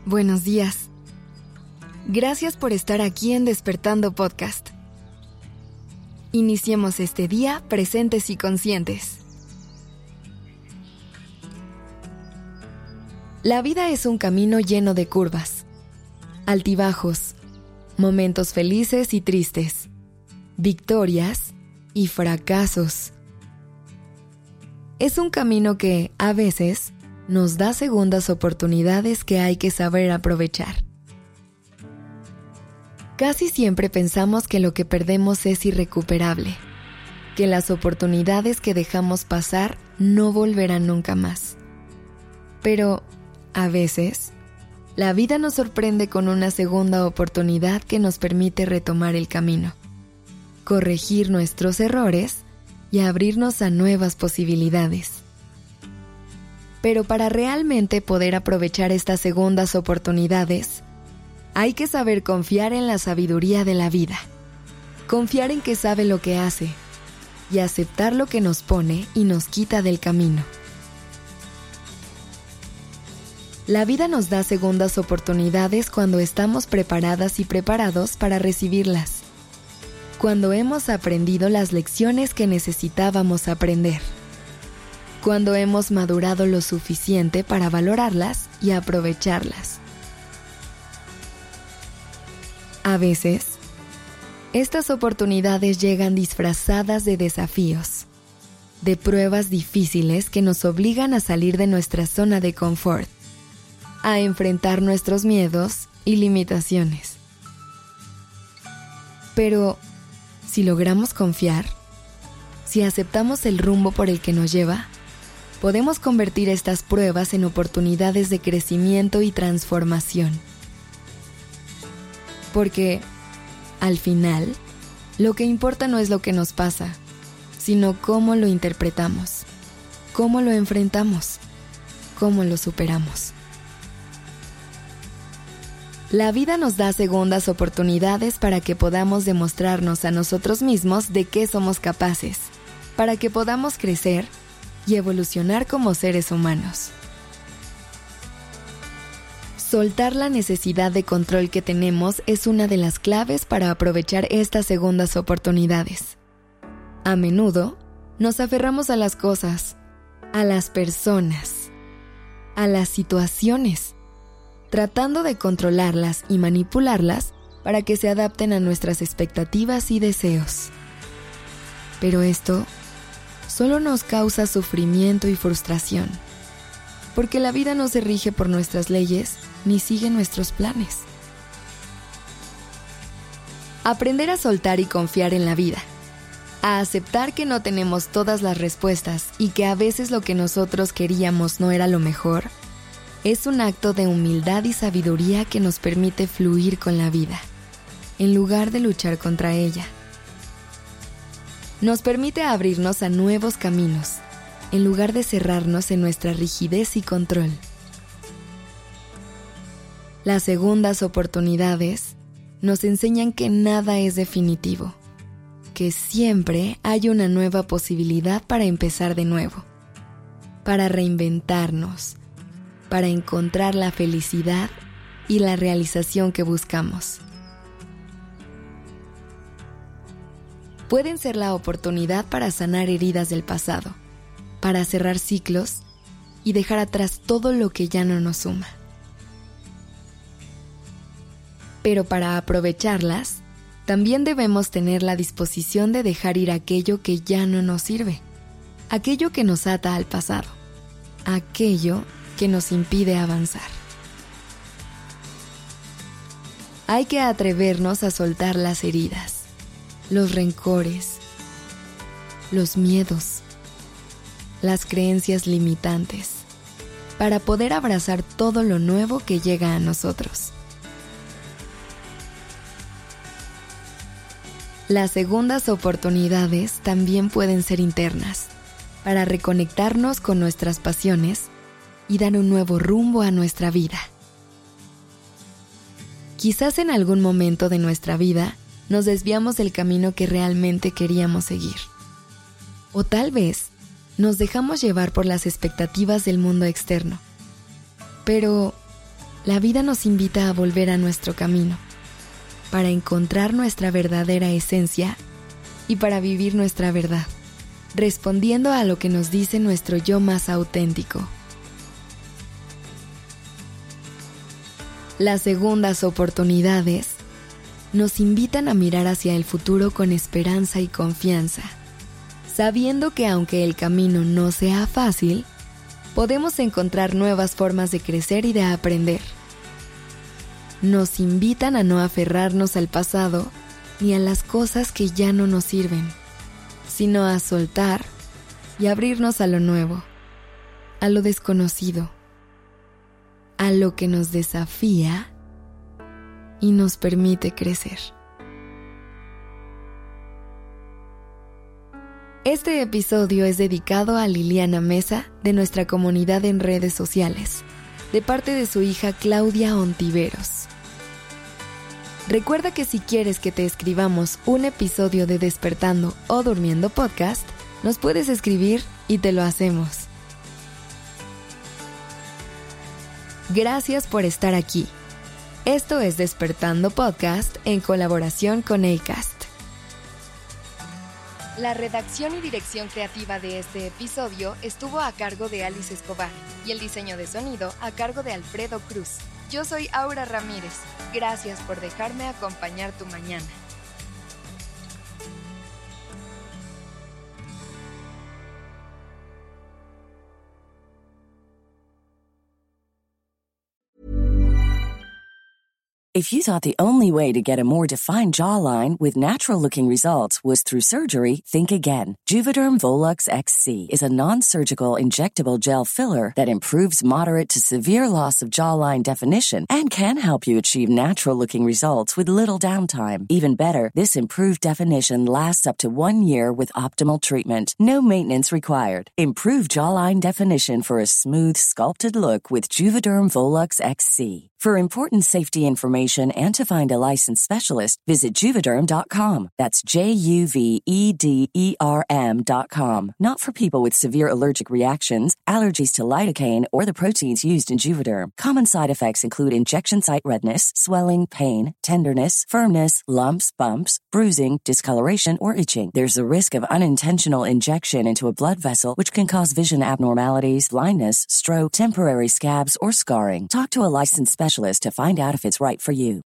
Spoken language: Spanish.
Buenos días. Gracias por estar aquí en Despertando Podcast. Iniciemos este día presentes y conscientes. La vida es un camino lleno de curvas, altibajos, momentos felices y tristes, victorias y fracasos. Es un camino que, a veces, nos da segundas oportunidades que hay que saber aprovechar. Casi siempre pensamos que lo que perdemos es irrecuperable, que las oportunidades que dejamos pasar no volverán nunca más. Pero, a veces, la vida nos sorprende con una segunda oportunidad que nos permite retomar el camino, corregir nuestros errores y abrirnos a nuevas posibilidades. Pero para realmente poder aprovechar estas segundas oportunidades, hay que saber confiar en la sabiduría de la vida, confiar en que sabe lo que hace y aceptar lo que nos pone y nos quita del camino. La vida nos da segundas oportunidades cuando estamos preparadas y preparados para recibirlas, cuando hemos aprendido las lecciones que necesitábamos aprender, cuando hemos madurado lo suficiente para valorarlas y aprovecharlas. A veces, estas oportunidades llegan disfrazadas de desafíos, de pruebas difíciles que nos obligan a salir de nuestra zona de confort, a enfrentar nuestros miedos y limitaciones. Pero, si logramos confiar, si aceptamos el rumbo por el que nos lleva, podemos convertir estas pruebas en oportunidades de crecimiento y transformación. Porque, al final, lo que importa no es lo que nos pasa, sino cómo lo interpretamos, cómo lo enfrentamos, cómo lo superamos. La vida nos da segundas oportunidades para que podamos demostrarnos a nosotros mismos de qué somos capaces, para que podamos crecer y evolucionar como seres humanos. Soltar la necesidad de control que tenemos es una de las claves para aprovechar estas segundas oportunidades. A menudo, nos aferramos a las cosas, a las personas, a las situaciones, tratando de controlarlas y manipularlas para que se adapten a nuestras expectativas y deseos. Pero esto solo nos causa sufrimiento y frustración, porque la vida no se rige por nuestras leyes ni sigue nuestros planes. Aprender a soltar y confiar en la vida, a aceptar que no tenemos todas las respuestas y que a veces lo que nosotros queríamos no era lo mejor, es un acto de humildad y sabiduría que nos permite fluir con la vida, en lugar de luchar contra ella. Nos permite abrirnos a nuevos caminos, en lugar de cerrarnos en nuestra rigidez y control. Las segundas oportunidades nos enseñan que nada es definitivo, que siempre hay una nueva posibilidad para empezar de nuevo, para reinventarnos, para encontrar la felicidad y la realización que buscamos. Pueden ser la oportunidad para sanar heridas del pasado, para cerrar ciclos y dejar atrás todo lo que ya no nos suma. Pero para aprovecharlas, también debemos tener la disposición de dejar ir aquello que ya no nos sirve, aquello que nos ata al pasado, aquello que nos impide avanzar. Hay que atrevernos a soltar las heridas, los rencores, los miedos, las creencias limitantes, para poder abrazar todo lo nuevo que llega a nosotros. Las segundas oportunidades también pueden ser internas, para reconectarnos con nuestras pasiones y dar un nuevo rumbo a nuestra vida. Quizás en algún momento de nuestra vida nos desviamos del camino que realmente queríamos seguir. O tal vez nos dejamos llevar por las expectativas del mundo externo. Pero la vida nos invita a volver a nuestro camino, para encontrar nuestra verdadera esencia y para vivir nuestra verdad, respondiendo a lo que nos dice nuestro yo más auténtico. Las segundas oportunidades nos invitan a mirar hacia el futuro con esperanza y confianza, sabiendo que aunque el camino no sea fácil, podemos encontrar nuevas formas de crecer y de aprender. Nos invitan a no aferrarnos al pasado ni a las cosas que ya no nos sirven, sino a soltar y abrirnos a lo nuevo, a lo desconocido, a lo que nos desafía y nos permite crecer. Este episodio es dedicado a Liliana Mesa de nuestra comunidad en redes sociales, de parte de su hija Claudia Ontiveros. Recuerda que si quieres que te escribamos un episodio de Despertando o Durmiendo Podcast, nos puedes escribir y te lo hacemos. Gracias por estar aquí. Esto es Despertando Podcast en colaboración con Acast. La redacción y dirección creativa de este episodio estuvo a cargo de Alice Escobar y el diseño de sonido a cargo de Alfredo Cruz. Yo soy Aura Ramírez. Gracias por dejarme acompañar tu mañana. If you thought the only way to get a more defined jawline with natural-looking results was through surgery, think again. Juvederm Volux XC is a non-surgical injectable gel filler that improves moderate to severe loss of jawline definition and can help you achieve natural-looking results with little downtime. Even better, this improved definition lasts up to 1 year with optimal treatment. No maintenance required. Improve jawline definition for a smooth, sculpted look with Juvederm Volux XC. For important safety information and to find a licensed specialist, visit Juvederm.com. That's Juvederm.com. Not for people with severe allergic reactions, allergies to lidocaine, or the proteins used in Juvederm. Common side effects include injection site redness, swelling, pain, tenderness, firmness, lumps, bumps, bruising, discoloration, or itching. There's a risk of unintentional injection into a blood vessel, which can cause vision abnormalities, blindness, stroke, temporary scabs, or scarring. Talk to a licensed specialist to find out if it's right for you.